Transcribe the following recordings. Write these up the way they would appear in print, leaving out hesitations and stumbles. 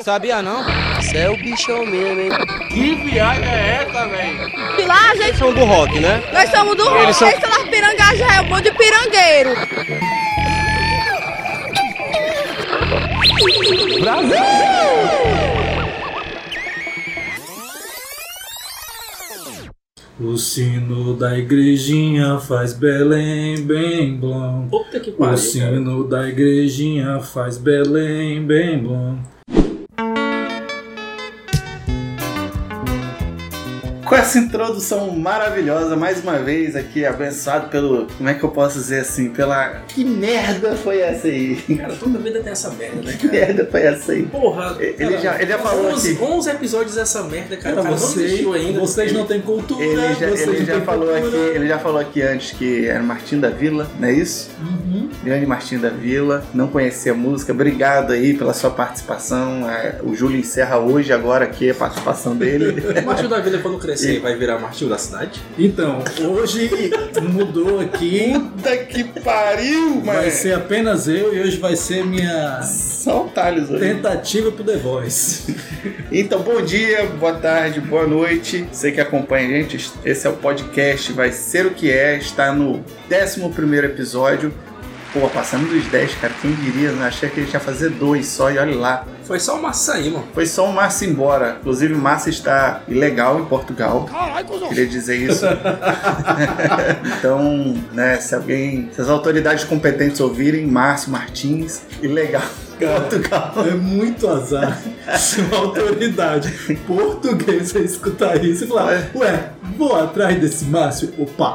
Sabia não? Você é o bichão mesmo, hein? Que viagem é essa, velho? E lá, gente... São do rock, né? Nós somos do rock. Eles são lá pirangajá, é um monte de pirangueiro. Brasil! O sino da igrejinha faz Belém bem blom. Puta que pariu, O sino da igrejinha faz Belém bem blom. Com essa introdução maravilhosa, mais uma vez aqui, abençoado pelo... Como é que eu posso dizer assim? Pela... Que merda foi essa aí? Cara, toda vida tem essa merda, né, Que cara? merda foi essa aí? Porra, Ele já falou 11, aqui. 11 episódios dessa merda, cara. Cara, O cara não desistiu ainda. vocês não têm cultura. Ele já falou aqui antes que era Martim da Vila, não é isso? Uhum. Grande Martim da Vila, não conhecia a música. Obrigado aí pela sua participação. O Júlio encerra hoje, agora aqui a participação dele. O Martinho da Vila, quando crescer, vai virar Martinho da cidade? Então, hoje mudou aqui. Puta que pariu, mano! Vai ser apenas eu e hoje vai ser minha Só otários hoje. tentativa pro The Voice. Então, bom dia, boa tarde, boa noite. Você que acompanha a gente, esse é o podcast Vai Ser O Que É, está no 11º episódio. Pô, passamos dos 10, cara, quem diria, né? Achei que a gente ia fazer 2 só e olha lá. Foi só o Massa aí, mano. Foi só o Márcio embora. Inclusive, o Márcio está ilegal em Portugal. Queria dizer isso. Então, né, se as autoridades competentes ouvirem, Márcio Martins, ilegal. Cara, Portugal. é muito azar se uma autoridade portuguesa escutar isso e falar: ué, vou atrás desse Márcio?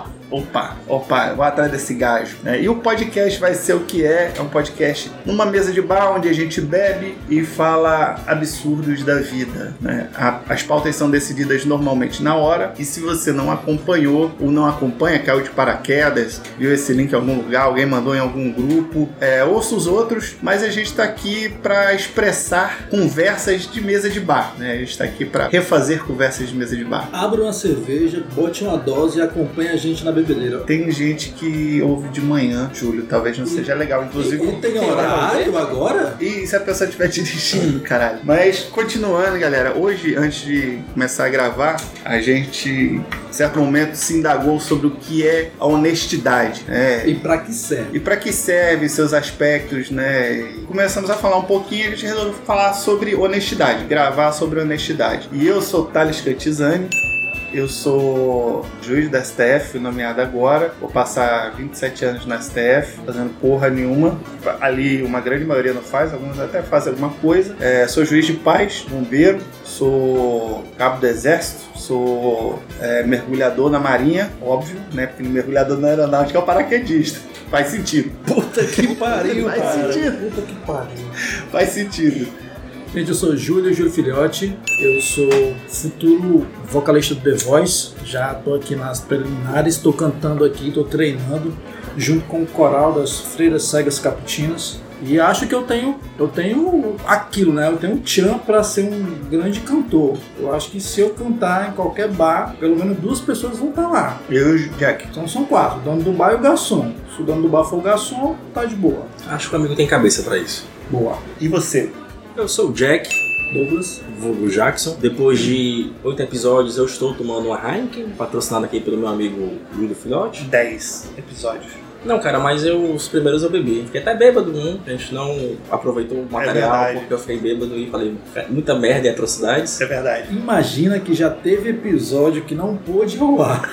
Opa, vou atrás desse gajo, né? E o podcast Vai Ser O Que É um podcast numa mesa de bar onde a gente bebe e fala absurdos da vida, né? As pautas são decididas normalmente na hora, e se você não acompanhou ou não acompanha, caiu de paraquedas, viu esse link em algum lugar, alguém mandou em algum grupo, ouça os outros, mas a gente tá aqui para expressar conversas de mesa de bar, né? A gente tá aqui para refazer conversas de mesa de bar. abra uma cerveja, bote uma dose e acompanhe a gente na bebedeira. Tem gente que ouve de manhã, Júlio, talvez não seja legal, inclusive. E tem horário agora? E se a pessoa estiver dirigindo, caralho. Mas, continuando, galera, hoje, antes de começar a gravar, a gente, em certo momento, se indagou sobre o que é a honestidade, né? E pra que serve? E para que serve seus aspectos, né? E começamos a falar um pouquinho, a gente resolveu falar sobre honestidade, gravar sobre honestidade. E eu sou Thales Cantizani. Eu sou juiz da STF, nomeado agora. Vou passar 27 anos na STF, fazendo porra nenhuma. Ali uma grande maioria não faz, alguns até fazem alguma coisa. Sou juiz de paz, bombeiro, sou cabo do exército, sou mergulhador na marinha, óbvio, né? Porque mergulhador na aeronáutica é o paraquedista. Faz sentido. Puta que pariu, Faz cara. sentido. Puta que pariu. Faz sentido. Gente, eu sou Júlio Filhote, eu sou futuro vocalista do The Voice, já tô aqui nas preliminares, tô cantando aqui, tô treinando, junto com o coral das Freiras Cegas Caputinas, e acho que eu tenho aquilo, né? Eu tenho um tchan pra ser um grande cantor. Eu acho que se eu cantar em qualquer bar, pelo menos 2 pessoas vão estar lá. Eu e o Jack. Então são 4, o dono do bar e o garçom. Se o dono do bar for o garçom, tá de boa. Acho que o amigo tem cabeça pra isso. Boa. E você? Eu sou o Jack, Douglas? vulgo Jackson. Depois de 8 episódios, eu estou tomando uma Heineken, patrocinada aqui pelo meu amigo Júlio Filhote. 10 episódios. Não, cara, mas os primeiros eu bebi. Fiquei até bêbado, a gente não aproveitou o material verdade. porque eu fiquei bêbado e falei muita merda e atrocidades. É verdade. Imagina que já teve episódio que não pôde rolar.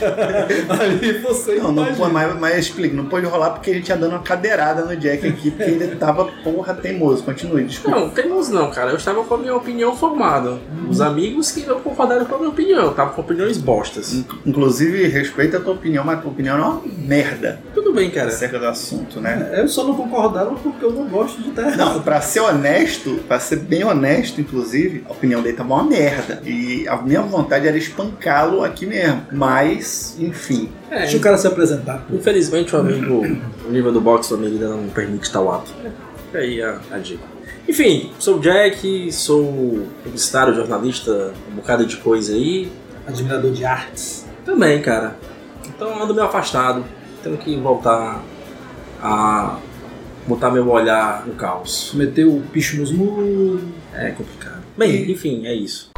Ali você Não imagina. pode, mas explica, não pode rolar porque a gente ia dando uma cadeirada no Jack aqui, porque ele tava, porra, teimoso. Continue, desculpa. Não, temos não, cara. Eu estava com a minha opinião formada. Os amigos que não concordaram com a minha opinião. Eu tava com opiniões bostas. Inclusive, respeita a tua opinião, mas a tua opinião é uma merda Tudo bem, cara. acerca do assunto, né? Eu só não concordava porque eu não gosto de estar Não, errado. pra ser honesto, pra ser bem honesto, inclusive, a opinião dele tava uma merda. E a minha vontade era espancá-lo aqui mesmo. Mas, enfim. Deixa o cara se apresentar. Pô. Infelizmente o nível do boxe do amigo ainda não permite tal ato. Fica aí a dica. Enfim, sou o Jack, sou publicitário, jornalista, um bocado de coisa aí. Admirador de artes. Também, cara. Então ando meio afastado. Tenho que voltar a botar meu olhar no caos. Meteu o picho nos muros. É complicado. Bem, enfim, é isso.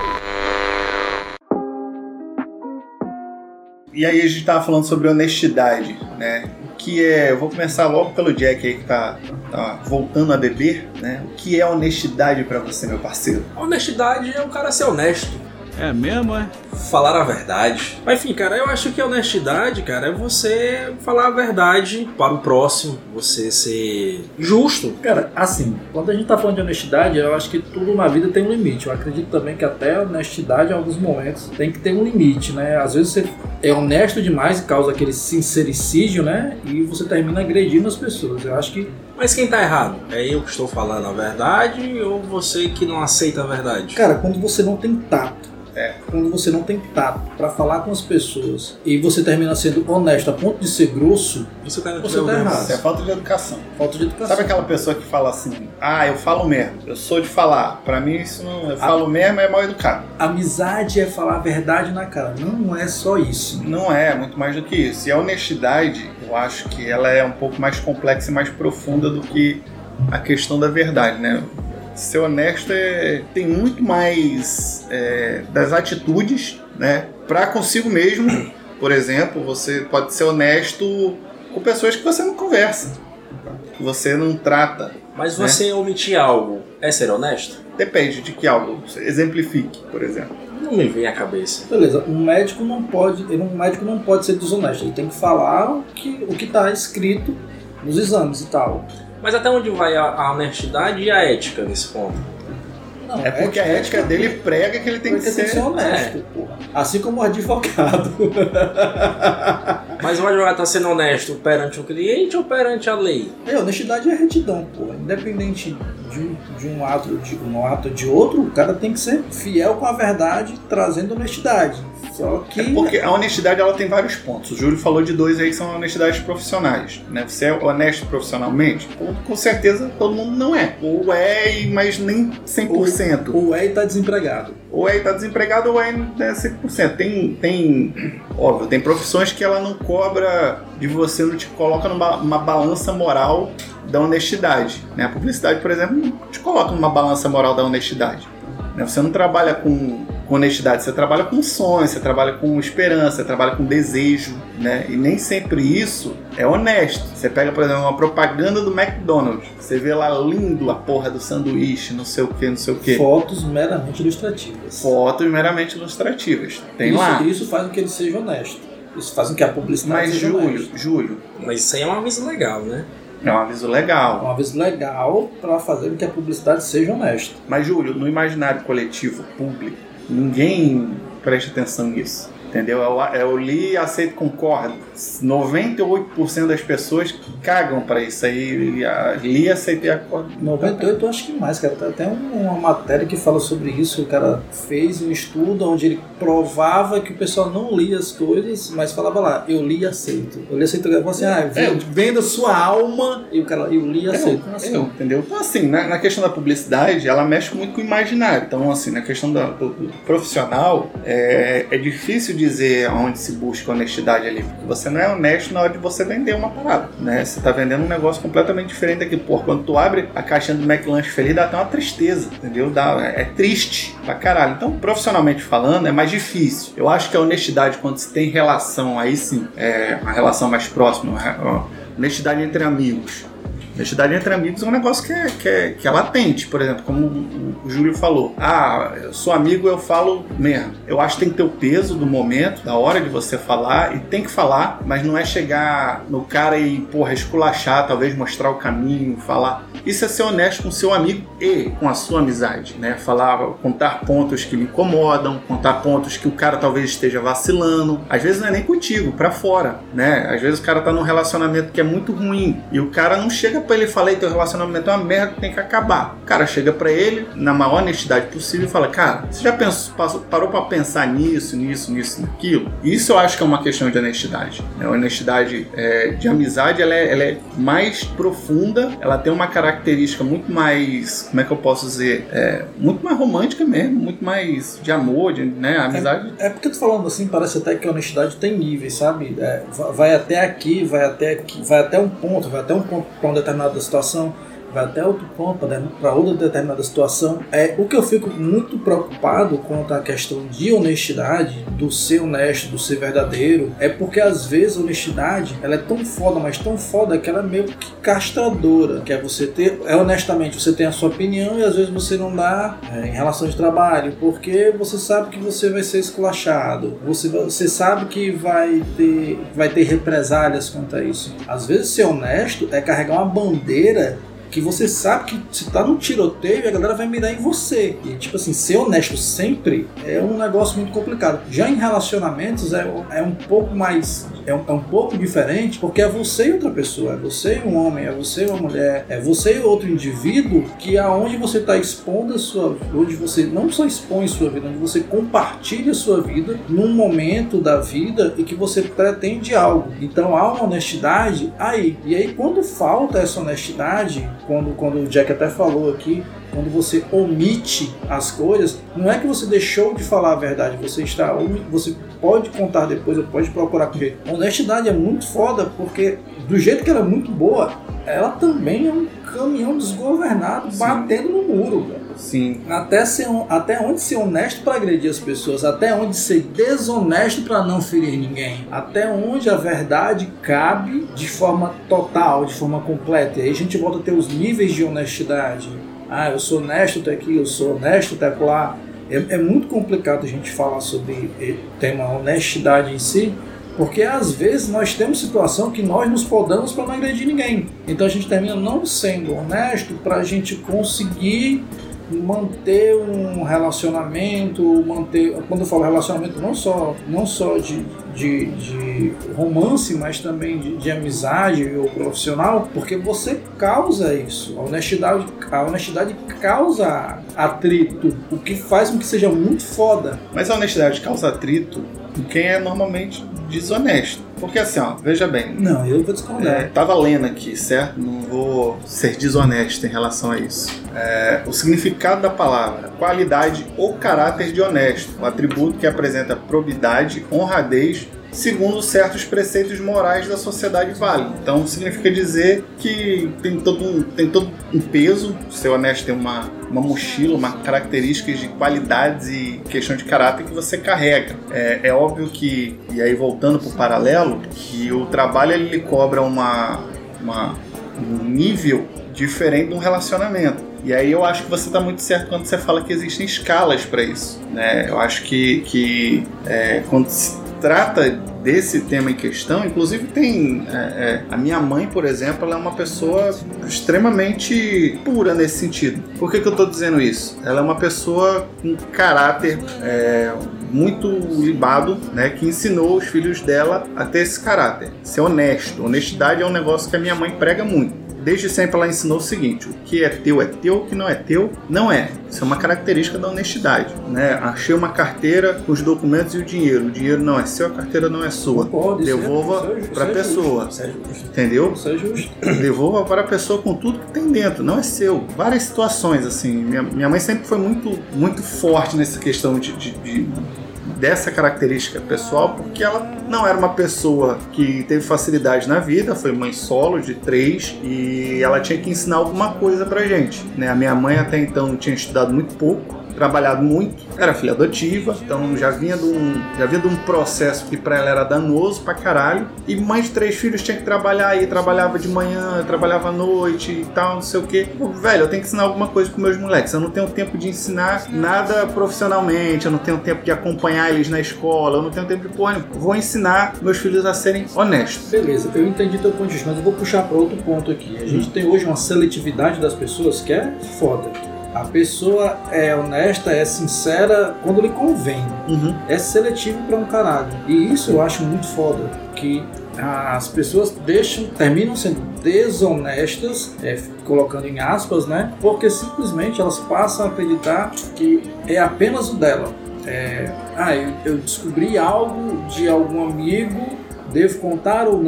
E aí a gente tava falando sobre honestidade, né? O que é... Eu vou começar logo pelo Jack aí que tá voltando a beber, né? O que é honestidade pra você, meu parceiro? A honestidade é o cara ser honesto. É mesmo, é? Falar a verdade. Mas enfim, cara, eu acho que a honestidade, cara, é você falar a verdade para o próximo, você ser justo. Cara, assim, quando a gente tá falando de honestidade, eu acho que tudo na vida tem um limite. Eu acredito também que até a honestidade, em alguns momentos, tem que ter um limite, né? Às vezes você é honesto demais e causa aquele sincericídio, né? E você termina agredindo as pessoas. Eu acho que... Mas quem tá errado? É eu que estou falando a verdade ou você que não aceita a verdade? Cara, quando você não tem tato, quando você não tem tato pra falar com as pessoas e você termina sendo honesto a ponto de ser grosso, Você tá errado. Isso é falta de educação. Falta de educação. Sabe aquela pessoa que fala assim, eu falo mesmo, eu sou de falar. Pra mim isso não... Eu falo mesmo é mal educado. Amizade é falar a verdade na cara. Não é só isso. Não é, muito mais do que isso. E a honestidade, eu acho que ela é um pouco mais complexa e mais profunda do que a questão da verdade, né? Ser honesto tem muito mais das atitudes, né? Pra consigo mesmo, por exemplo, você pode ser honesto com pessoas que você não conversa, que você não trata. Mas você omitir algo é ser honesto? Depende de que algo. Exemplifique, por exemplo. Não me vem à cabeça. Beleza, um médico não pode ser desonesto. Ele tem que falar o que tá escrito nos exames e tal. Mas até onde vai a honestidade e a ética nesse ponto? Não, É porque a ética dele prega que ele tem que ser honesto, porra. Assim como o advogado. Mas o advogado tá sendo honesto perante o cliente ou perante a lei? Honestidade é retidão, porra. Independente de um ato de outro, o cara tem que ser fiel com a verdade, trazendo honestidade. Só que... porque a honestidade ela tem vários pontos. O Júlio falou de dois aí que são honestidades profissionais, né? Você é honesto profissionalmente? Com certeza todo mundo não é. Ou é, mas nem 100%. Ou é e tá desempregado. Ou é e tá desempregado ou é 100%. Óbvio, tem profissões que ela não cobra de você, não te coloca numa balança moral da honestidade, né? A publicidade, por exemplo, não te coloca numa balança moral da honestidade, né? Você não trabalha com honestidade, você trabalha com sonho, você trabalha com esperança, você trabalha com desejo, né? E nem sempre isso é honesto. Você pega, por exemplo, uma propaganda do McDonald's, você vê lá lindo a porra do sanduíche, não sei o que. Fotos meramente ilustrativas. Tem lá. Isso faz com que ele seja honesto. Isso faz com que a publicidade seja honesta. Júlio. Mas isso aí é um aviso legal, né? É um aviso legal. É um aviso legal para fazer com que a publicidade seja honesta. Mas, Júlio, no imaginário coletivo público, ninguém presta atenção nisso. Entendeu? Eu li, aceito, concordo. 98% das pessoas cagam pra isso aí. Li, aceitei, acordo. 98 eu acho que mais, cara. Tem até uma matéria que fala sobre isso. O cara fez um estudo onde ele provava que o pessoal não lia as coisas, mas falava lá, eu li e aceito. Eu li e aceito. Ele falou assim, venda sua alma. E o cara, eu li e aceito. Entendeu? Então, assim, na questão da publicidade, ela mexe muito com o imaginário. Então, assim, na questão do profissional, é difícil dizer onde se busca honestidade ali, porque você não é honesto na hora de você vender uma parada, né? Você tá vendendo um negócio completamente diferente daqui. Quando tu abre a caixinha do McLanche feliz, dá até uma tristeza, entendeu? É triste pra caralho. Então, profissionalmente falando, é mais difícil. Eu acho que a honestidade, quando se tem relação, aí sim, uma relação mais próxima, honestidade entre amigos. Honestidade entre amigos é um negócio que é latente, por exemplo, como o Júlio falou. Eu sou amigo, eu falo mesmo. Eu acho que tem que ter o peso do momento, da hora de você falar, e tem que falar, mas não é chegar no cara e, esculachar, talvez mostrar o caminho, falar. Isso é ser honesto com o seu amigo e com a sua amizade, né? Contar pontos que lhe incomodam, contar pontos que o cara talvez esteja vacilando. Às vezes não é nem contigo, pra fora, né? Às vezes o cara tá num relacionamento que é muito ruim e o cara não chega pra ele e fala, teu relacionamento é uma merda, tem que acabar. O cara chega pra ele, na maior honestidade possível, e fala, cara, você já parou pra pensar nisso, naquilo? Isso eu acho que é uma questão de honestidade. A honestidade de amizade, ela é mais profunda, ela tem uma característica muito mais, como é que eu posso dizer, muito mais romântica mesmo, muito mais de amor, né? A amizade. Porque tu falando assim, parece até que a honestidade tem níveis, sabe? Vai até aqui, vai até um ponto pra uma determinada situação, vai até outro ponto, para outra determinada situação. O que eu fico muito preocupado quanto à questão de honestidade, do ser honesto, do ser verdadeiro, é porque às vezes a honestidade, ela é tão foda, mas tão foda que ela é meio que castradora, que é você ter, honestamente, você tem a sua opinião e às vezes você não dá em relação de trabalho, porque você sabe que você vai ser esculachado, você sabe que vai ter represálias quanto a isso. Às vezes ser honesto é carregar uma bandeira que você sabe que se tá num tiroteio, a galera vai mirar em você. E tipo assim, ser honesto sempre é um negócio muito complicado. Já em relacionamentos é um pouco mais... É um pouco diferente, porque é você e outra pessoa, é você e um homem, é você e uma mulher, é você e outro indivíduo, que é onde você está expondo a sua vida, onde você não só expõe a sua vida, onde você compartilha a sua vida num momento da vida e que você pretende algo. Então há uma honestidade aí. E aí quando falta essa honestidade, quando o Jack até falou aqui, quando você omite as coisas, não é que você deixou de falar a verdade, você pode contar depois, ou pode procurar com jeito. A honestidade é muito foda, porque do jeito que ela é muito boa, ela também é um caminhão desgovernado. Sim. Batendo no muro, velho. Sim. Até onde ser honesto para agredir as pessoas, até onde ser desonesto para não ferir ninguém, até onde a verdade cabe de forma total, de forma completa. E aí a gente volta a ter os níveis de honestidade. Eu sou honesto até aqui, eu sou honesto até lá. É muito complicado a gente falar sobre o tema honestidade em si, porque às vezes nós temos situação que nós nos podamos para não agredir ninguém. Então a gente termina não sendo honesto para a gente conseguir manter um relacionamento, quando eu falo relacionamento, não só de romance, mas também de amizade ou profissional, porque você causa isso. A honestidade causa atrito, o que faz com que seja muito foda. Mas a honestidade causa atrito em quem é normalmente desonesto. Porque assim, veja bem. Não, eu vou discordar. Tava lendo aqui, certo? Não vou ser desonesto em relação a isso. O significado da palavra: qualidade ou caráter de honesto, o atributo que apresenta probidade, honradez, segundo certos preceitos morais da sociedade válida. Então significa dizer que tem todo um peso. Ser honesto tem uma mochila, uma características de qualidades e questão de caráter que você carrega. É óbvio que, e aí voltando para o paralelo, que o trabalho ele cobra um nível diferente de um relacionamento. E aí eu acho que você está muito certo quando você fala que existem escalas para isso, né? Eu acho que quando se trata desse tema em questão, inclusive tem a minha mãe, por exemplo, ela é uma pessoa extremamente pura nesse sentido. Por que eu estou dizendo isso? Ela é uma pessoa com caráter muito libado, né, que ensinou os filhos dela a ter esse caráter, ser honesto. Honestidade é um negócio que a minha mãe prega muito. Desde sempre ela ensinou o seguinte: o que é teu, o que não é teu, não é. Isso é uma característica da honestidade, né? Achei uma carteira com os documentos e o dinheiro não é seu, a carteira não é sua. Devolva para a pessoa, entendeu? Devolva para a pessoa com tudo que tem dentro, não é seu. Várias situações assim. Minha mãe sempre foi muito, muito forte nessa questão dessa característica pessoal, porque ela não era uma pessoa que teve facilidade na vida, foi mãe solo de 3 e ela tinha que ensinar alguma coisa pra gente, né? A minha mãe até então tinha estudado muito pouco, trabalhado muito, era filha adotiva, então já vinha de um processo que pra ela era danoso pra caralho, e mãe de 3 filhos tinha que trabalhar, e trabalhava de manhã, trabalhava à noite e tal, não sei o que. Velho, eu tenho que ensinar alguma coisa pros meus moleques, eu não tenho tempo de ensinar nada profissionalmente, eu não tenho tempo de acompanhar eles na escola, eu não tenho tempo de vou ensinar meus filhos a serem honestos. Beleza, eu entendi teu ponto de vista, mas eu vou puxar para outro ponto aqui. A gente tem hoje uma seletividade das pessoas que é foda. A pessoa é honesta, é sincera quando lhe convém. É seletivo pra um caralho. E isso eu acho muito foda, que as pessoas terminam sendo desonestas, colocando em aspas, né? Porque simplesmente elas passam a acreditar que é apenas o dela. Eu descobri algo de algum amigo, devo contar ou não?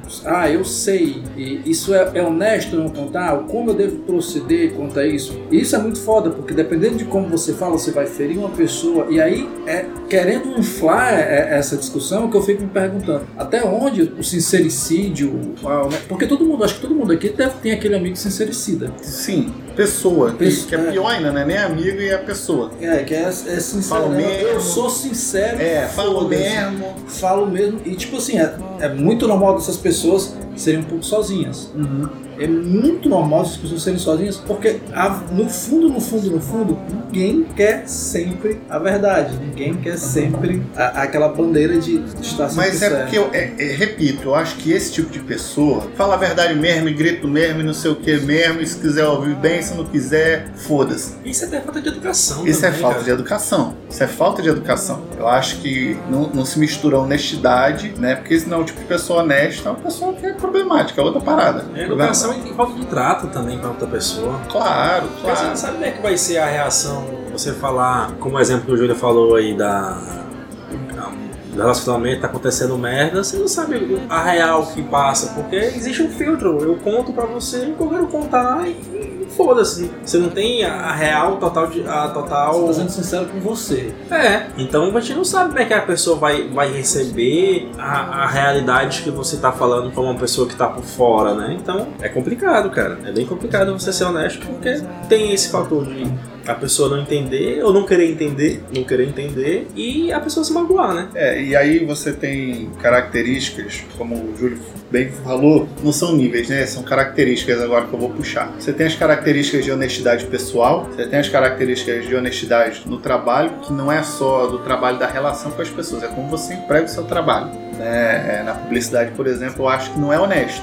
eu sei, e isso é honesto não contar, como eu devo proceder quanto a isso. E isso é muito foda, porque dependendo de como você fala, você vai ferir uma pessoa, e aí, querendo inflar essa discussão, que eu fico me perguntando, até onde o sincericídio, porque acho que todo mundo aqui tem aquele amigo sincericida. Sim, pessoa, que é pior ainda, né? Nem amigo e a pessoa. Que é sincero. Falo mesmo. Eu sou sincero. Falo mesmo. Falo mesmo. E tipo assim, é muito normal dessas pessoas serem um pouco sozinhas. Uhum. É muito normal essas pessoas serem sozinhas, porque no fundo, ninguém quer sempre a verdade. Ninguém quer sempre aquela bandeira de estar sempre Mas certo. porque repito, eu acho que esse tipo de pessoa fala a verdade mesmo, e grito mesmo, e não sei o que mesmo, e se quiser ouvir bem, se não quiser, foda-se. Isso é até falta de educação. Isso também, é falta cara. de educação. Isso é falta de educação. Eu acho que não se mistura honestidade, né? Porque senão o tipo de pessoa honesta é uma pessoa que é problemática, é outra parada. Educação e falta de trato também pra outra pessoa. Claro. Porque você não sabe como é que vai ser a reação, você falar, como o exemplo que o Júlio falou aí do relacionamento, tá acontecendo merda, você não sabe a real que passa, porque existe um filtro, eu conto pra você o que eu quero contar e foda-se, você não tem a real total. Você tá sendo sincero com você. Então a gente não sabe como é que a pessoa vai receber a realidade que você tá falando pra uma pessoa que tá por fora, né? Então é complicado, cara, é bem complicado você ser honesto, porque tem esse fator de a pessoa não entender, ou não querer entender, e a pessoa se magoar, né? E aí você tem características, como o Júlio bem falou, não são níveis, né? São características agora que eu vou puxar. Você tem as características de honestidade pessoal, você tem as características de honestidade no trabalho, que não é só do trabalho, da relação com as pessoas, é como você emprega o seu trabalho. Na publicidade, por exemplo, eu acho que não é honesto.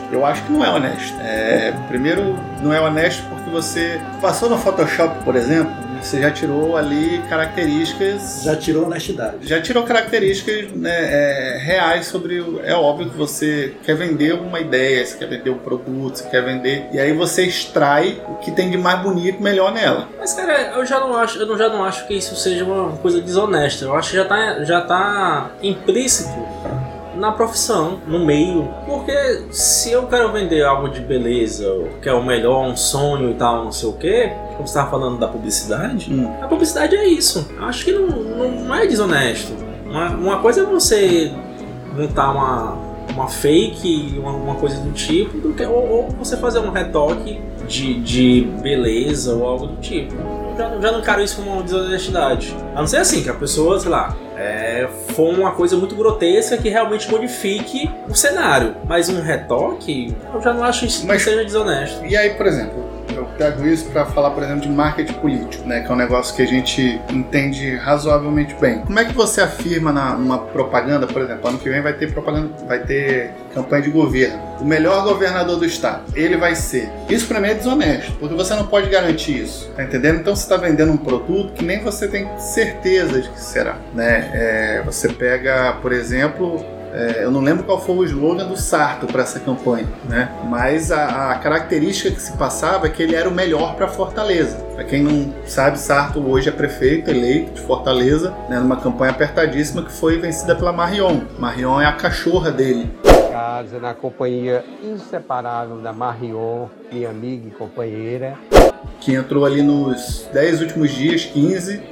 Primeiro, não é honesto porque você passou no Photoshop, por exemplo, você já tirou ali características... Já tirou honestidade. Já tirou características, né, reais sobre... É óbvio que você quer vender uma ideia, você quer vender um produto, você quer vender... E aí você extrai o que tem de mais bonito, melhor nela. Mas, cara, eu já não acho que isso seja uma coisa desonesta. Eu acho que já tá implícito na profissão, no meio. Porque se eu quero vender algo de beleza, que é o melhor, um sonho e tal, não sei o quê, como você estava falando da publicidade, a publicidade é isso. Eu acho que não é desonesto. Uma coisa é você montar uma fake, uma coisa do tipo, ou você fazer um retoque de beleza ou algo do tipo. Eu já não encaro isso como uma desonestidade. A não ser assim, que a pessoa, sei lá, for uma coisa muito grotesca que realmente modifique o cenário. Mas um retoque, eu já não acho isso que seja desonesto. E aí, por exemplo, eu pego isso para falar, por exemplo, de marketing político, né, que é um negócio que a gente entende razoavelmente bem. Como é que você afirma numa propaganda, por exemplo, ano que vem vai ter propaganda, vai ter campanha de governo. O melhor governador do estado, ele vai ser. Isso para mim é desonesto, porque você não pode garantir isso, tá entendendo? Então você está vendendo um produto que nem você tem certeza de que será, né? Você pega, por exemplo, eu não lembro qual foi o slogan do Sarto para essa campanha, né? Mas a característica que se passava é que ele era o melhor para Fortaleza. Para quem não sabe, Sarto hoje é prefeito eleito de Fortaleza, né, numa campanha apertadíssima que foi vencida pela Marion. Marion é a cachorra dele. Casa na companhia inseparável da Marion, minha amiga e companheira, que entrou ali nos 10 últimos dias, 15,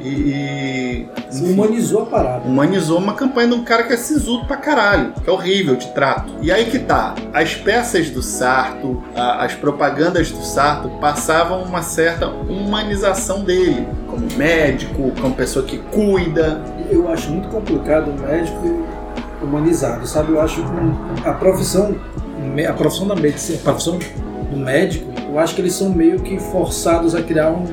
e humanizou a parada. Humanizou uma campanha de um cara que é sisudo pra caralho, que é horrível de trato. E aí que tá, as peças do Sarto, as propagandas do Sarto passavam uma certa humanização dele, como médico, como pessoa que cuida. Eu acho muito complicado o médico humanizado, sabe? Eu acho que a profissão da medicina, a profissão do médico, eu acho que eles são meio que forçados a criar um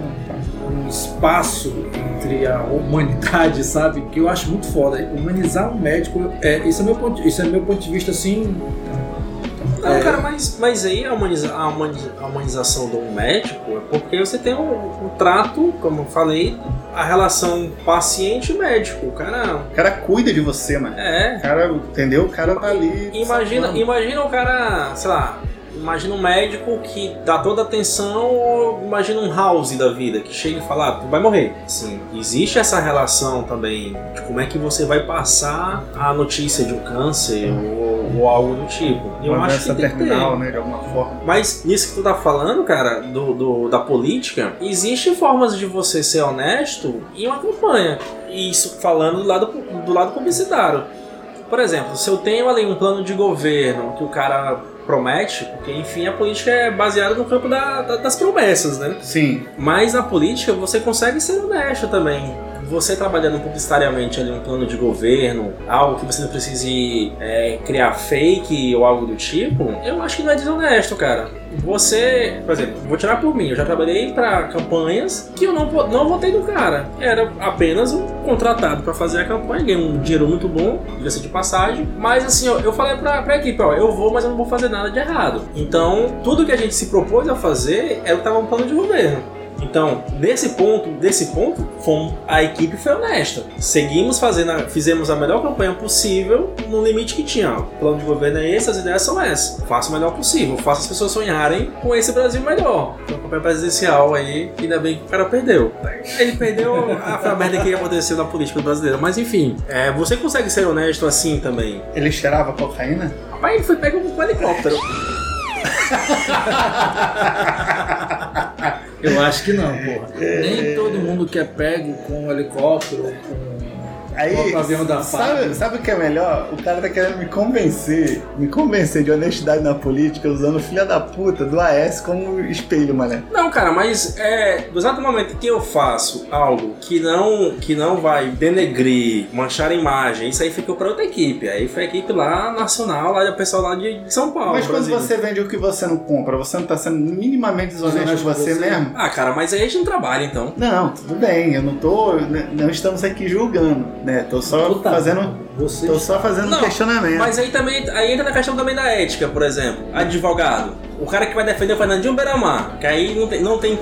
espaço entre a humanidade, sabe? Que eu acho muito foda. Humanizar um médico, isso é meu ponto de vista, assim... Não, cara, mas aí a humanização do médico é porque você tem um trato, como eu falei, a relação paciente-médico. O cara cuida de você, mano. O cara, entendeu? O cara tá ali... Imagina o cara, sei lá, imagina um médico que dá toda a atenção, ou imagina um House da vida, que chega e fala, tu vai morrer. Assim, existe essa relação também de como é que você vai passar a notícia de um câncer ou algo do tipo. Eu acho que tem terminal, né, de alguma forma. Mas nisso que tu tá falando, cara, da política, existem formas de você ser honesto em uma campanha. Isso falando do lado publicitário. Por exemplo, se eu tenho ali um plano de governo que o cara promete, porque enfim a política é baseada no campo das promessas, né? Sim. Mas na política você consegue ser honesto também. Você trabalhando publicitariamente ali um plano de governo, algo que você não precise criar fake ou algo do tipo, eu acho que não é desonesto, cara. Você, por exemplo, vou tirar por mim, eu já trabalhei pra campanhas que eu não votei no cara. Era apenas um contratado pra fazer a campanha, ganhei um dinheiro muito bom, diga-se de passagem, mas assim, eu falei pra equipe, eu vou, mas eu não vou fazer nada de errado. Então, tudo que a gente se propôs a fazer era o que estava no plano de governo. Então, desse ponto, a equipe foi honesta. Fizemos a melhor campanha possível no limite que tinha. O plano de governo é esse, as ideias são essas. Faça o melhor possível, faça as pessoas sonharem com esse Brasil melhor. Foi uma campanha presidencial aí, ainda bem que o cara perdeu. Ele perdeu a merda que aconteceu na política brasileira. Mas enfim, você consegue ser honesto assim também? Ele cheirava cocaína? Rapaz, ele foi pego com um helicóptero. Eu acho que não, porra. Nem todo mundo que é pego com um helicóptero ou com o avião da FAB. Sabe o que é melhor? O cara tá querendo me convencer de honestidade na política usando o filho da puta do AS como espelho, mané. Não, cara, mas no exato momento que eu faço algo que não vai denegrir, manchar a imagem, isso aí ficou pra outra equipe. Aí foi a equipe lá nacional, lá do pessoal lá de São Paulo. Mas quando Brasil. você vende o que você não compra, você não tá sendo minimamente desonesto com você mesmo? Ah, cara, mas aí a gente não trabalha, então. Não, tudo bem, não estamos aqui julgando. Né? Tô só fazendo um questionamento. Mas aí entra na questão também da ética, por exemplo. Advogado. O cara que vai defender o Fernandinho Beiramar, que aí não tem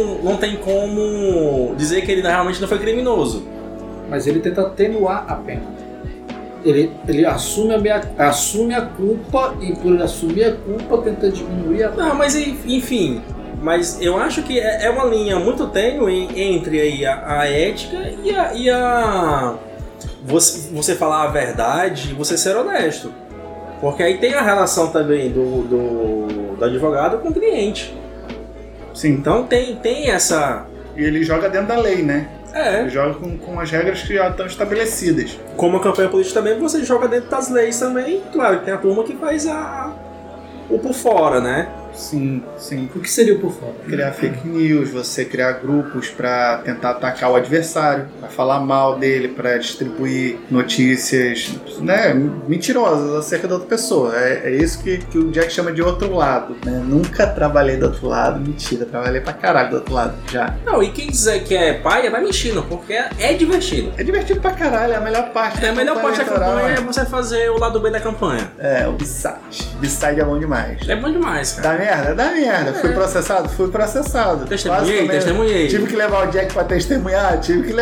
como dizer que ele realmente não foi criminoso. Mas ele tenta atenuar a pena. Ele assume a culpa e por assumir a culpa tenta diminuir a pena. Não, mas enfim. Mas eu acho que é uma linha muito tênue entre aí a ética e a você falar a verdade e você ser honesto. Porque aí tem a relação também do advogado com o cliente. Sim. Então tem essa... E ele joga dentro da lei, né? Ele joga com as regras que já estão estabelecidas. Como a campanha política também, você joga dentro das leis também. Claro que tem a turma que faz o por fora, né? Sim, sim. O que seria o por fora? Criar fake news, você criar grupos para tentar atacar o adversário, para falar mal dele, para distribuir notícias, né, mentirosas acerca da outra pessoa. É isso que o Jack chama de outro lado, né? Nunca trabalhei do outro lado, mentira, trabalhei pra caralho do outro lado, já. Não, e quem dizer que é paia vai mentindo, porque é divertido. É divertido pra caralho, é a melhor parte da campanha. A melhor parte da campanha é você fazer o lado B da campanha. O B-side. B-side é bom demais. É bom demais, cara. Dá merda. Fui processado. Testemunhei. Tive que levar o Jack pra testemunhar,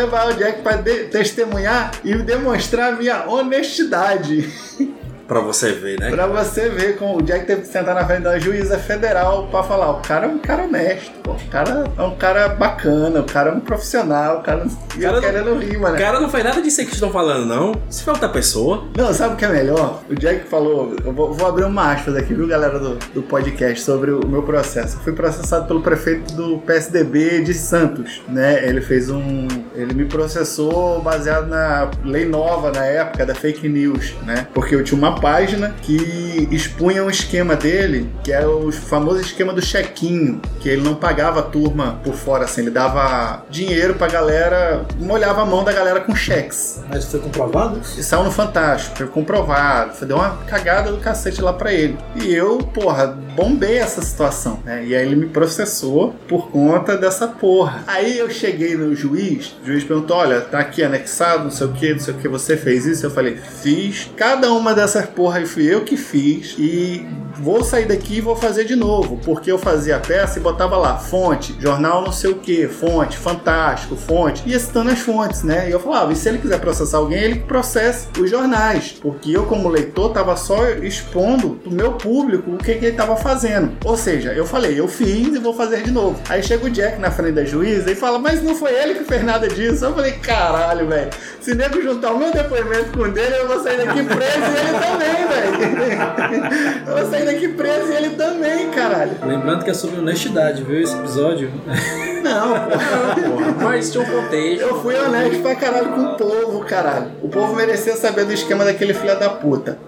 e demonstrar a minha honestidade. Pra você ver, né? Pra você ver como o Jack teve que sentar na frente da juíza federal pra falar, o cara é um cara honesto, pô. O cara é um cara bacana, o cara é um profissional, o cara querendo rir, mano. O cara não faz nada disso aí que estão falando, não. Se for outra pessoa. Não, sabe o que é melhor? O Jack falou, eu vou abrir uma aspas aqui, viu, galera do podcast, sobre o meu processo. Eu fui processado pelo prefeito do PSDB de Santos, né? Ele me processou baseado na lei nova na época da fake news, né? Porque eu tinha uma página que expunha um esquema dele, que era o famoso esquema do chequinho, que ele não pagava a turma por fora, assim, ele dava dinheiro pra galera, molhava a mão da galera com cheques. Mas foi comprovado? E saiu no Fantástico, foi comprovado, deu uma cagada do cacete lá pra ele. E eu, bombei essa situação, né? E aí ele me processou por conta dessa porra. Aí eu cheguei no juiz, o juiz perguntou, olha, tá aqui anexado, não sei o que, você fez isso? Eu falei, fiz. Cada uma dessas porra aí fui eu que fiz e vou sair daqui e vou fazer de novo, porque eu fazia a peça e botava lá, fonte, jornal não sei o que, fonte, Fantástico, fonte, ia citando as fontes, né? E eu falava, e se ele quiser processar alguém, ele que processe os jornais, porque eu como leitor tava só expondo pro meu público o que ele tava fazendo. Ou seja, eu falei, eu fiz e vou fazer de novo. Aí chega o Jack na frente da juíza e fala, mas não foi ele que fez nada disso. Eu falei, caralho, velho. Se nego juntar o meu depoimento com o dele, eu vou sair daqui preso e ele também, velho. Eu vou sair daqui preso e ele também, caralho. Lembrando que é sobre honestidade, viu, esse episódio? Não, porra. Mas tinha um contexto. Eu fui honesto pra caralho com o povo, caralho. O povo merecia saber do esquema daquele filho da puta.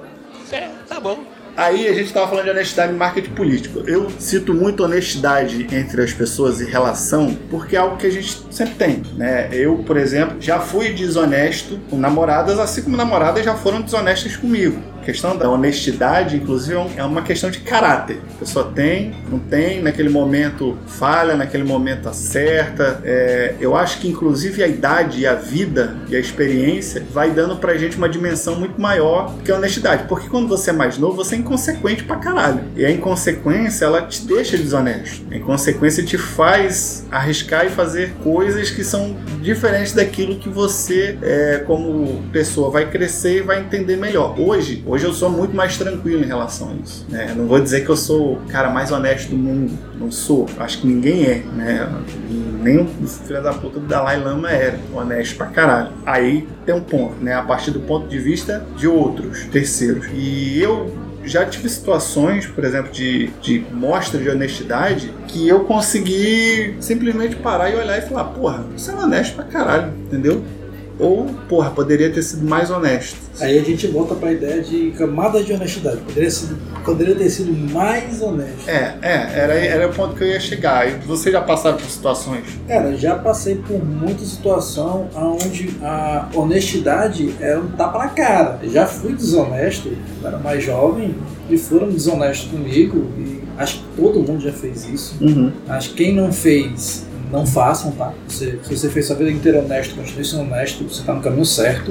Tá bom. Aí a gente tava falando de honestidade em marketing político. Eu cito muito honestidade entre as pessoas e relação, porque é algo que a gente sempre tem, né? Eu, por exemplo, já fui desonesto com namoradas, assim como namoradas já foram desonestas comigo. A questão da honestidade, inclusive, é uma questão de caráter. A pessoa tem, não tem, naquele momento falha, naquele momento acerta. Eu acho que, inclusive, a idade e a vida e a experiência vai dando pra gente uma dimensão muito maior que a honestidade. Porque quando você é mais novo, você é inconsequente pra caralho. E a inconsequência, ela te deixa desonesto. A inconsequência te faz arriscar e fazer coisas que são diferentes daquilo que você, como pessoa, vai crescer e vai entender melhor. Hoje eu sou muito mais tranquilo em relação a isso, né? Não vou dizer que eu sou o cara mais honesto do mundo, não sou, acho que ninguém é, né? Nem o filho da puta do Dalai Lama era honesto pra caralho. Aí tem um ponto, né? A partir do ponto de vista de outros, terceiros. E eu já tive situações, por exemplo, de mostra de honestidade, que eu consegui simplesmente parar e olhar e falar, porra, você é honesto pra caralho, entendeu? Ou, porra, poderia ter sido mais honesto. Aí a gente volta pra ideia de camadas de honestidade. Poderia ter sido mais honesto. Era o ponto que eu ia chegar. E vocês já passaram por situações? Cara, já passei por muita situação onde a honestidade era um tapa na cara. Já fui desonesto, eu era mais jovem, e foram desonestos comigo. E acho que todo mundo já fez isso. Uhum. Acho que quem não fez, não façam, tá? Se você fez sua vida inteira honesto, continue sendo honesto, você tá no caminho certo.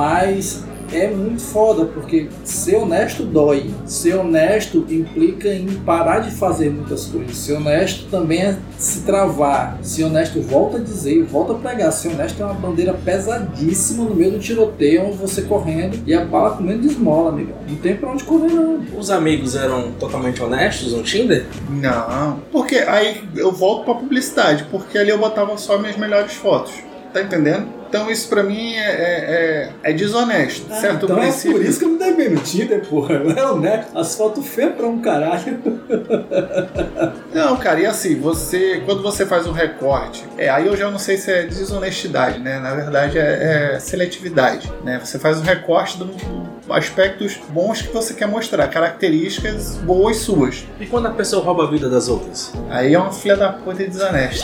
Mas é muito foda, porque ser honesto dói. Ser honesto implica em parar de fazer muitas coisas. Ser honesto também é se travar. Ser honesto, volta a dizer e volta a pregar. Ser honesto é uma bandeira pesadíssima no meio do tiroteio, onde você correndo e a bala comendo de esmola, amigão. Não tem pra onde correr, não. Os amigos eram totalmente honestos no Tinder? Não, porque aí eu volto pra publicidade, porque ali eu botava só minhas melhores fotos. Tá entendendo? Então isso pra mim é desonesto, certo? Então princípio. É por isso que eu me dei bem no Tinder, porra. É honesto. As fotos feias pra um caralho. Não, cara, e assim, quando você faz um recorte, aí eu já não sei se é desonestidade, né? Na verdade é seletividade, né? Você faz um recorte de aspectos bons que você quer mostrar, características boas suas. E quando a pessoa rouba a vida das outras? Aí é uma filha da puta e desonesta.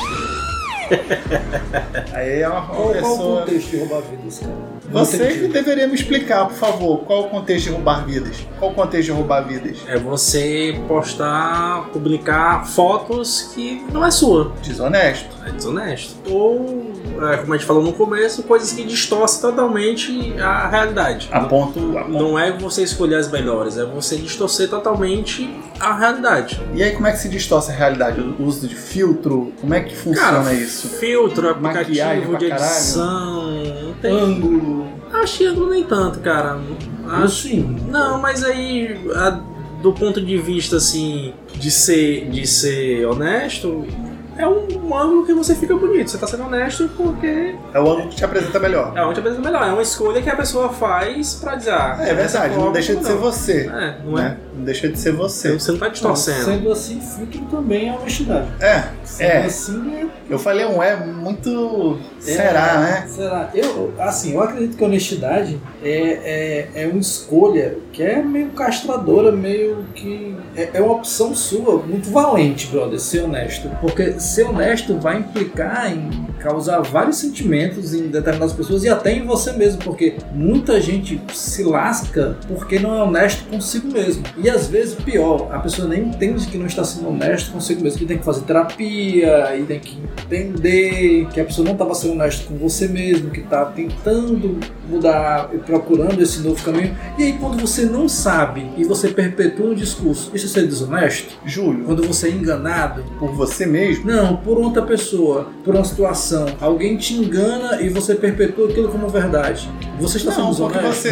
Aí é uma pessoa... Qual o contexto de roubar vidas, cara? Você que deveria me explicar, por favor, qual é o contexto de roubar vidas? Qual o contexto de roubar vidas? É você postar, publicar fotos que não é sua. Desonesto. É desonesto. Ou, como a gente falou no começo, coisas que distorcem totalmente a realidade. A ponto. Não é você escolher as melhores, é você distorcer totalmente a realidade. E aí como é que se distorce a realidade? O uso de filtro? Como é que funciona isso? Filtro, aplicativo de edição, tem ângulo. Acho que ângulo nem tanto, cara. Acho sim. Não, mas aí do ponto de vista assim de ser honesto, é um ângulo que você fica bonito. Você tá sendo honesto porque é o ângulo que te apresenta melhor. É o ângulo que te apresenta melhor. É uma escolha que a pessoa faz pra dizer. É verdade, não deixa de ser você. Não é? Não deixa de ser você. Você não tá distorcendo. Sendo assim, filtro também é honestidade. Sendo assim, eu falei muito... Será, né? Será? Eu acredito que a honestidade é uma escolha que é meio castradora, meio que... É uma opção sua, muito valente, brother, ser honesto. Porque ser honesto vai implicar em causar vários sentimentos em determinadas pessoas e até em você mesmo, porque muita gente se lasca porque não é honesto consigo mesmo. E às vezes, pior, a pessoa nem entende que não está sendo honesto consigo mesmo, que tem que fazer terapia e tem que entender que a pessoa não estava sendo honesto com você mesmo, que está tentando mudar e procurando esse novo caminho. E aí quando você não sabe e você perpetua um discurso, isso é ser desonesto? Júlio, quando você é enganado por você mesmo? Não, por outra pessoa, por uma situação. Alguém te engana e você perpetua aquilo como verdade. Você está sendo desonesto?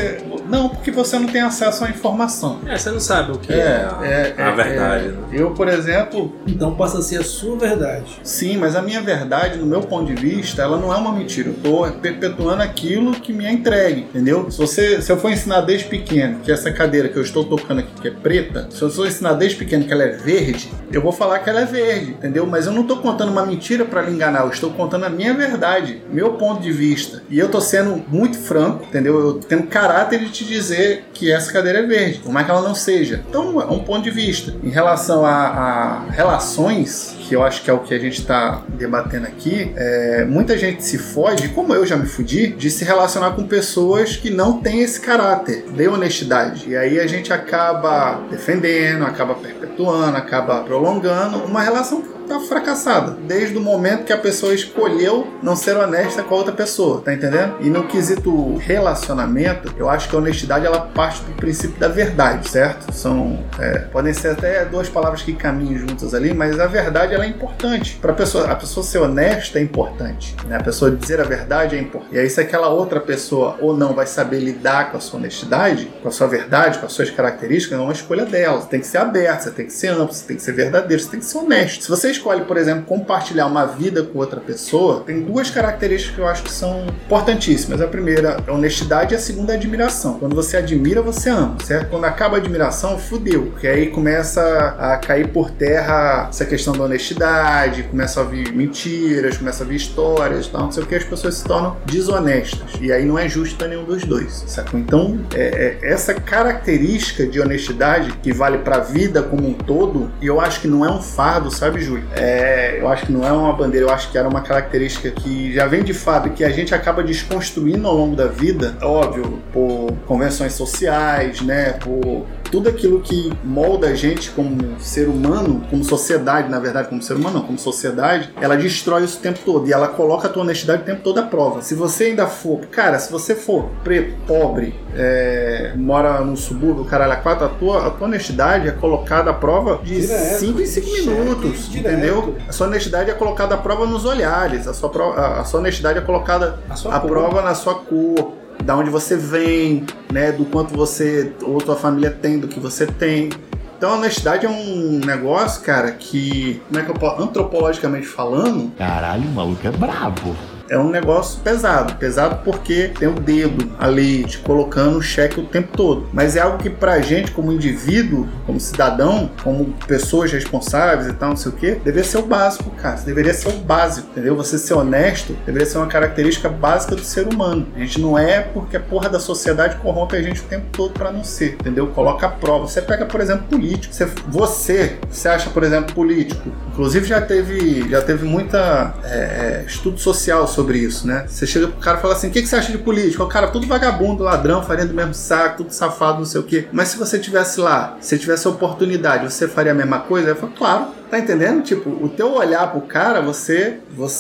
Não, porque você não tem acesso à informação. Você não sabe o que é a verdade. Né? Eu, por exemplo... Então passa a ser a sua verdade. Sim, mas a minha verdade, no meu ponto de vista, ela não é uma mentira. Eu tô perpetuando aquilo que me é entregue, entendeu? Se eu for ensinar desde pequeno que essa cadeira que eu estou tocando aqui, que é preta, se eu for ensinar desde pequeno que ela é verde, eu vou falar que ela é verde, entendeu? Mas eu não tô contando uma mentira para lhe enganar, eu estou contando a minha verdade, meu ponto de vista. E eu tô sendo muito franco, entendeu? Eu tenho caráter de te dizer que essa cadeira é verde, por mais que ela não seja. Então, é um ponto de vista. Em relação a relações, que eu acho que é o que a gente está debatendo aqui, muita gente se fode, como eu já me fudi, de se relacionar com pessoas que não têm esse caráter de honestidade. E aí a gente acaba defendendo, acaba perpetuando, acaba prolongando uma relação que tá fracassada, desde o momento que a pessoa escolheu não ser honesta com a outra pessoa, tá entendendo? E no quesito relacionamento, eu acho que a honestidade ela parte do princípio da verdade, certo? Podem ser até duas palavras que caminham juntas ali, mas a verdade ela é importante. A pessoa ser honesta é importante, né? A pessoa dizer a verdade é importante. E aí se aquela outra pessoa ou não vai saber lidar com a sua honestidade, com a sua verdade, com as suas características, é uma escolha dela. Você tem que ser aberto, você tem que ser amplo, você tem que ser verdadeiro, você tem que ser honesto. Se você escolhe, por exemplo, compartilhar uma vida com outra pessoa, tem duas características que eu acho que são importantíssimas. A primeira é honestidade e a segunda é admiração. Quando você admira, você ama, certo? Quando acaba a admiração, fudeu. Porque aí começa a cair por terra essa questão da honestidade, começa a vir mentiras, começa a vir histórias, tal, não sei o que, as pessoas se tornam desonestas. E aí não é justo para nenhum dos dois, certo? Então, essa característica de honestidade que vale para a vida como um todo, e eu acho que não é um fardo, sabe, Júlio? Eu acho que não é uma bandeira, eu acho que era uma característica que já vem de fábrica, que a gente acaba desconstruindo ao longo da vida, óbvio, por convenções sociais, né, por tudo aquilo que molda a gente como ser humano, como sociedade, na verdade, como ser humano não, como sociedade, ela destrói isso o tempo todo, e ela coloca a tua honestidade o tempo todo à prova. Se você ainda for, cara, se você for preto, pobre, mora no subúrbio, caralho, a 4, a tua honestidade é colocada à prova de 5 em 5 minutos, entendeu? A sua honestidade é colocada à prova nos olhares, a sua honestidade é colocada à prova na sua cor, da onde você vem, né, do quanto você ou tua família tem, do que você tem. Então a honestidade é um negócio, cara, que, como é que eu posso, antropologicamente falando... Caralho, o maluco é brabo. É um negócio pesado porque tem o dedo ali te colocando o cheque o tempo todo. Mas é algo que pra gente, como indivíduo, como cidadão, como pessoas responsáveis e tal, não sei o que, deveria ser o básico, cara. Deveria ser o básico, entendeu? Você ser honesto deveria ser uma característica básica do ser humano. A gente não é porque a porra da sociedade corrompe a gente o tempo todo pra não ser, entendeu? Coloca a prova. Você pega, por exemplo, político. Você acha, por exemplo, político. Inclusive já teve muita estudo social sobre isso, né? Você chega pro cara e fala assim, o que você acha de político? O cara, tudo vagabundo, ladrão, farinha do mesmo saco, tudo safado, não sei o quê. Mas se você tivesse lá, se tivesse a oportunidade, você faria a mesma coisa? Eu falo, claro. Tá entendendo? Tipo, o teu olhar pro cara, você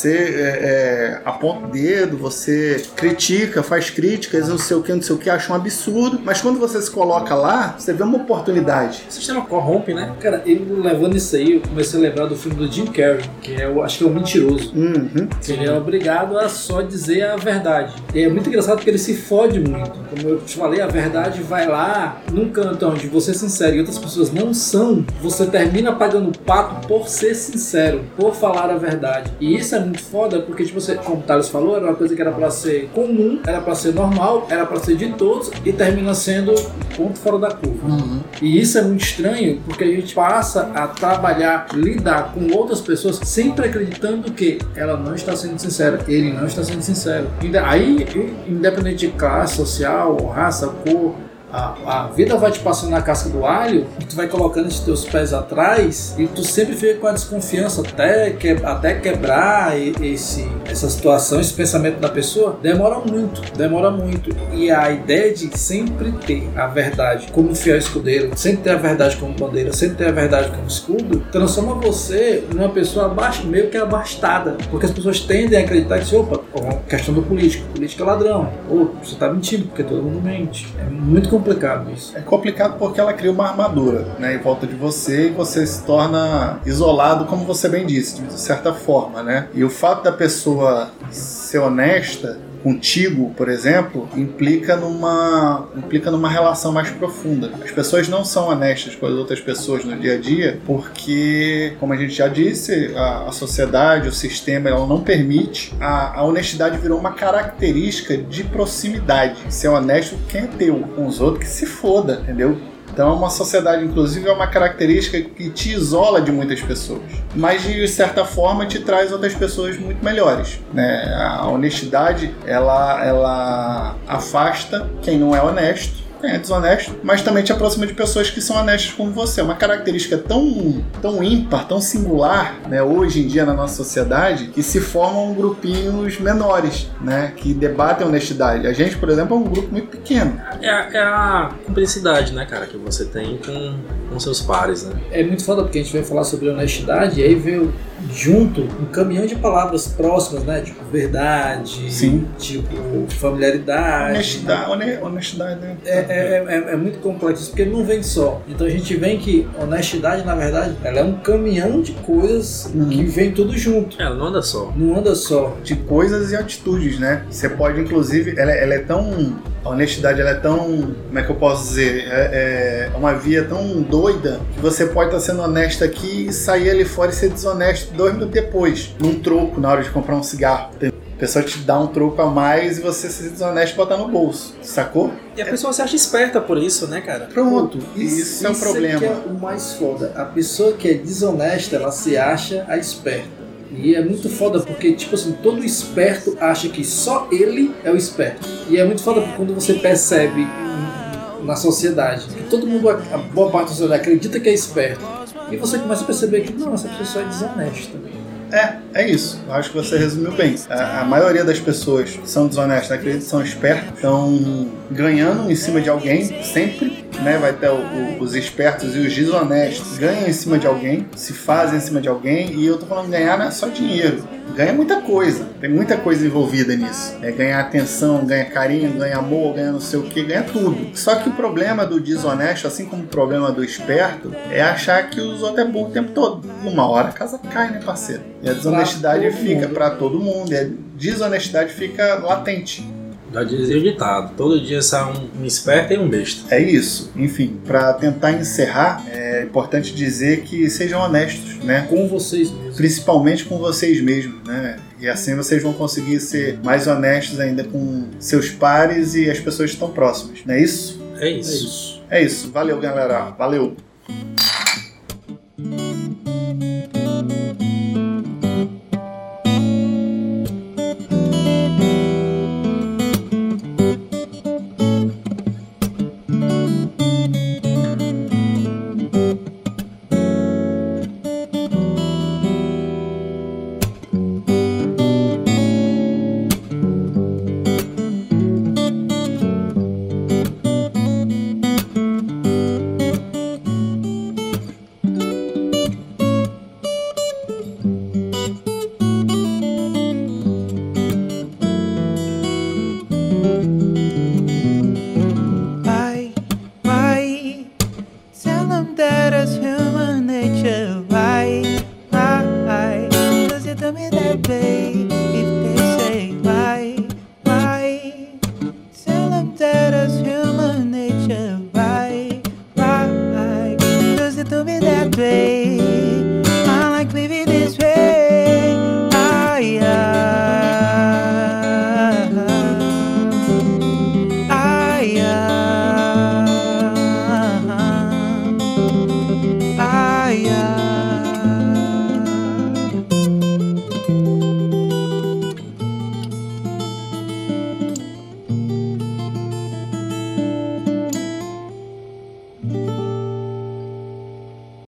aponta o dedo, você critica, faz críticas, não sei o que, acha um absurdo. Mas quando você se coloca lá, você vê uma oportunidade. O sistema corrompe, né? Cara, levando isso aí, eu comecei a lembrar do filme do Jim Carrey, que acho que é o Mentiroso. Uhum. Ele é obrigado a só dizer a verdade. E é muito engraçado porque ele se fode muito. Como eu te falei, a verdade vai lá num canto onde você é sincero e outras pessoas não são, você termina pagando pato por ser sincero, por falar a verdade. E isso é muito foda porque, tipo, como o Thales falou, era uma coisa que era pra ser comum, era pra ser normal, era pra ser de todos e termina sendo ponto fora da curva. Uhum. E isso é muito estranho porque a gente passa a trabalhar, lidar com outras pessoas sempre acreditando que ela não está sendo sincera, ele não está sendo sincero. Aí, independente de classe social, raça, cor, a vida vai te passando na casca do alho e tu vai colocando os teus pés atrás e tu sempre fica com a desconfiança até quebrar essa situação, esse pensamento da pessoa. Demora muito. E a ideia de sempre ter a verdade como fiel escudeiro, sempre ter a verdade como bandeira, sempre ter a verdade como escudo, transforma você numa pessoa meio que abastada, porque as pessoas tendem a acreditar que, questão do político é ladrão, ou você tá mentindo, porque todo mundo mente. É muito complicado isso. É complicado porque ela cria uma armadura, né, em volta de você, e você se torna isolado, como você bem disse, de certa forma, né? E o fato da pessoa ser honesta, contigo, por exemplo, implica numa relação mais profunda. As pessoas não são honestas com as outras pessoas no dia a dia porque, como a gente já disse, a sociedade, o sistema, ela não permite. A honestidade virou uma característica de proximidade. Ser honesto com quem é teu, com os outros que se foda, entendeu? Então uma sociedade, inclusive, é uma característica que te isola de muitas pessoas, mas de certa forma te traz outras pessoas muito melhores, né? A honestidade, ela afasta quem não é honesto, quem é desonesto, mas também te aproxima de pessoas que são honestas como você. É uma característica tão ímpar, tão singular, né, hoje em dia na nossa sociedade, que se formam grupinhos menores, né, que debatem a honestidade. A gente, por exemplo, é um grupo muito pequeno. É a cumplicidade, né, cara, que você tem com seus pares, né? É muito foda porque a gente vai falar sobre honestidade e aí veio junto um caminhão de palavras próximas, né? Tipo verdade, sim, tipo familiaridade. Honestidade, né? É muito complexo porque não vem só. Então a gente vê que honestidade, na verdade, ela é um caminhão de coisas que vem tudo junto. Ela não anda só. Não anda só. De coisas e atitudes, né? Você pode, inclusive, ela é tão... A honestidade, ela é tão... Como é que eu posso dizer? É uma via tão doida que você pode estar sendo honesto aqui e sair ali fora e ser desonesto 2 minutos depois, num troco, na hora de comprar um cigarro. A pessoa te dá um troco a mais e você ser desonesto e botar no bolso, sacou? E a pessoa se acha esperta por isso, né, cara? Pronto, isso é um problema. Isso é o mais foda. A pessoa que é desonesta, ela se acha a esperta. E é muito foda porque, tipo assim, todo esperto acha que só ele é o esperto. E é muito foda porque quando você percebe na sociedade que todo mundo, a boa parte da sociedade acredita que é esperto, e você começa a perceber que não, essa pessoa é desonesta. É isso. Eu acho que você resumiu bem. A maioria das pessoas que são desonestas, acreditam que são espertos, estão ganhando em cima de alguém, sempre, né? Vai ter os espertos e os desonestos ganham em cima de alguém, se fazem em cima de alguém, e eu tô falando ganhar não é só dinheiro. Ganha muita coisa, tem muita coisa envolvida nisso. É ganhar atenção, ganha carinho, ganha amor, ganha não sei o que, ganha tudo. Só que o problema do desonesto, assim como o problema do esperto, é achar que os outros é burro o tempo todo. Uma hora a casa cai, né, parceiro? E a desonestidade fica pra todo mundo, e a desonestidade fica latente. Já dizia o ditado, todo dia sai um esperto e um besta. É isso. Enfim, para tentar encerrar, é importante dizer que sejam honestos, né? Com vocês mesmos. Principalmente com vocês mesmos, né? E assim vocês vão conseguir ser mais honestos ainda com seus pares e as pessoas que estão próximas. Não é isso? É isso. É isso. Valeu, galera. Valeu.